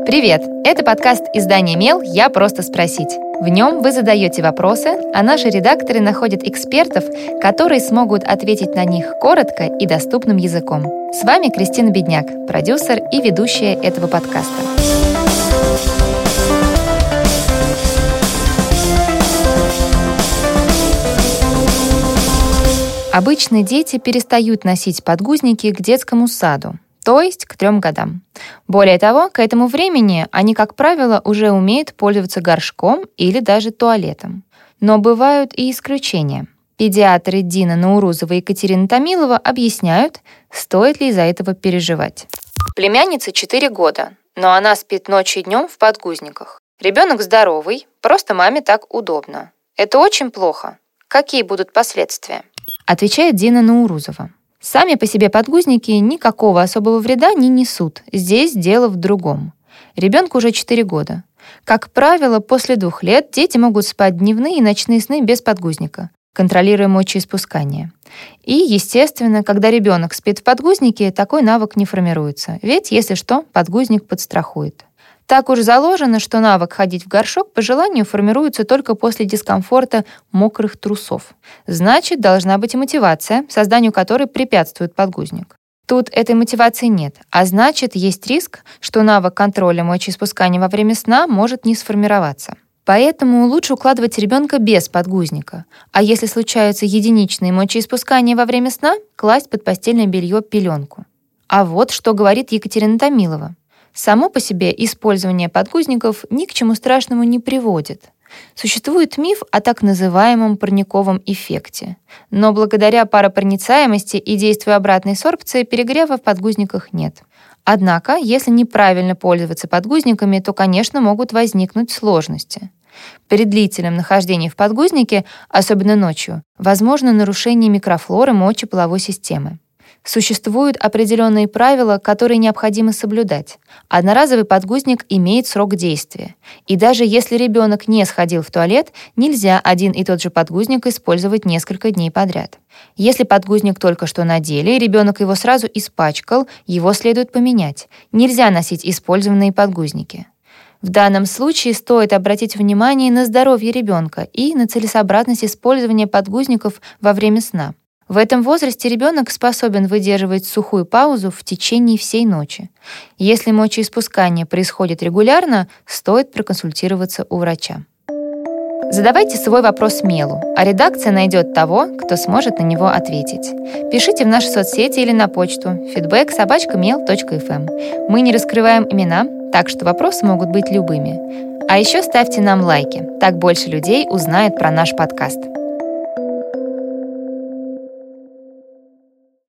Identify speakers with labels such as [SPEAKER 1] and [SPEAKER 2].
[SPEAKER 1] Привет! Это подкаст издания «Мел. Я просто спросить». В нем вы задаете вопросы, а наши редакторы находят экспертов, которые смогут ответить на них коротко и доступным языком. С вами Кристина Бедняк, продюсер и ведущая этого подкаста. Обычно дети перестают носить подгузники к детскому саду, то есть к 3 годам. Более того, к этому времени они, как правило, уже умеют пользоваться горшком или даже туалетом. Но бывают и исключения. Педиатры Дина Наурузова и Екатерина Томилова объясняют, стоит ли из-за этого переживать. Племяннице 4 года, но она спит ночью и днем в подгузниках. Ребенок здоровый, просто маме так удобно. Это очень плохо. Какие будут последствия? Отвечает Дина Наурузова. Сами по себе подгузники никакого особого вреда не несут. Здесь дело в другом. Ребенку уже 4 года. Как правило, после 2 лет дети могут спать дневные и ночные сны без подгузника, контролируя мочеиспускание. И, естественно, когда ребенок спит в подгузнике, такой навык не формируется. Ведь, если что, подгузник подстрахует. Так уж заложено, что навык ходить в горшок по желанию формируется только после дискомфорта мокрых трусов. Значит, должна быть и мотивация, созданию которой препятствует подгузник. Тут этой мотивации нет, а значит, есть риск, что навык контроля мочеиспускания во время сна может не сформироваться. Поэтому лучше укладывать ребенка без подгузника. А если случаются единичные мочеиспускания во время сна, класть под постельное белье пеленку. А вот что говорит Екатерина Томилова. Само по себе использование подгузников ни к чему страшному не приводит. Существует миф о так называемом парниковом эффекте. Но благодаря паропроницаемости и действию обратной сорбции перегрева в подгузниках нет. Однако, если неправильно пользоваться подгузниками, то, конечно, могут возникнуть сложности. При длительном нахождении в подгузнике, особенно ночью, возможно нарушение микрофлоры мочеполовой системы. Существуют определенные правила, которые необходимо соблюдать. Одноразовый подгузник имеет срок действия. И даже если ребенок не сходил в туалет, нельзя один и тот же подгузник использовать несколько дней подряд. Если подгузник только что надели, и ребенок его сразу испачкал, его следует поменять. Нельзя носить использованные подгузники. В данном случае стоит обратить внимание на здоровье ребенка и на целесообразность использования подгузников во время сна. В этом возрасте ребенок способен выдерживать сухую паузу в течение всей ночи. Если мочеиспускание происходит регулярно, стоит проконсультироваться у врача. Задавайте свой вопрос Мелу, а редакция найдет того, кто сможет на него ответить. Пишите в наши соцсети или на почту feedback@mel.fm. Мы не раскрываем имена, так что вопросы могут быть любыми. А еще ставьте нам лайки, так больше людей узнает про наш подкаст.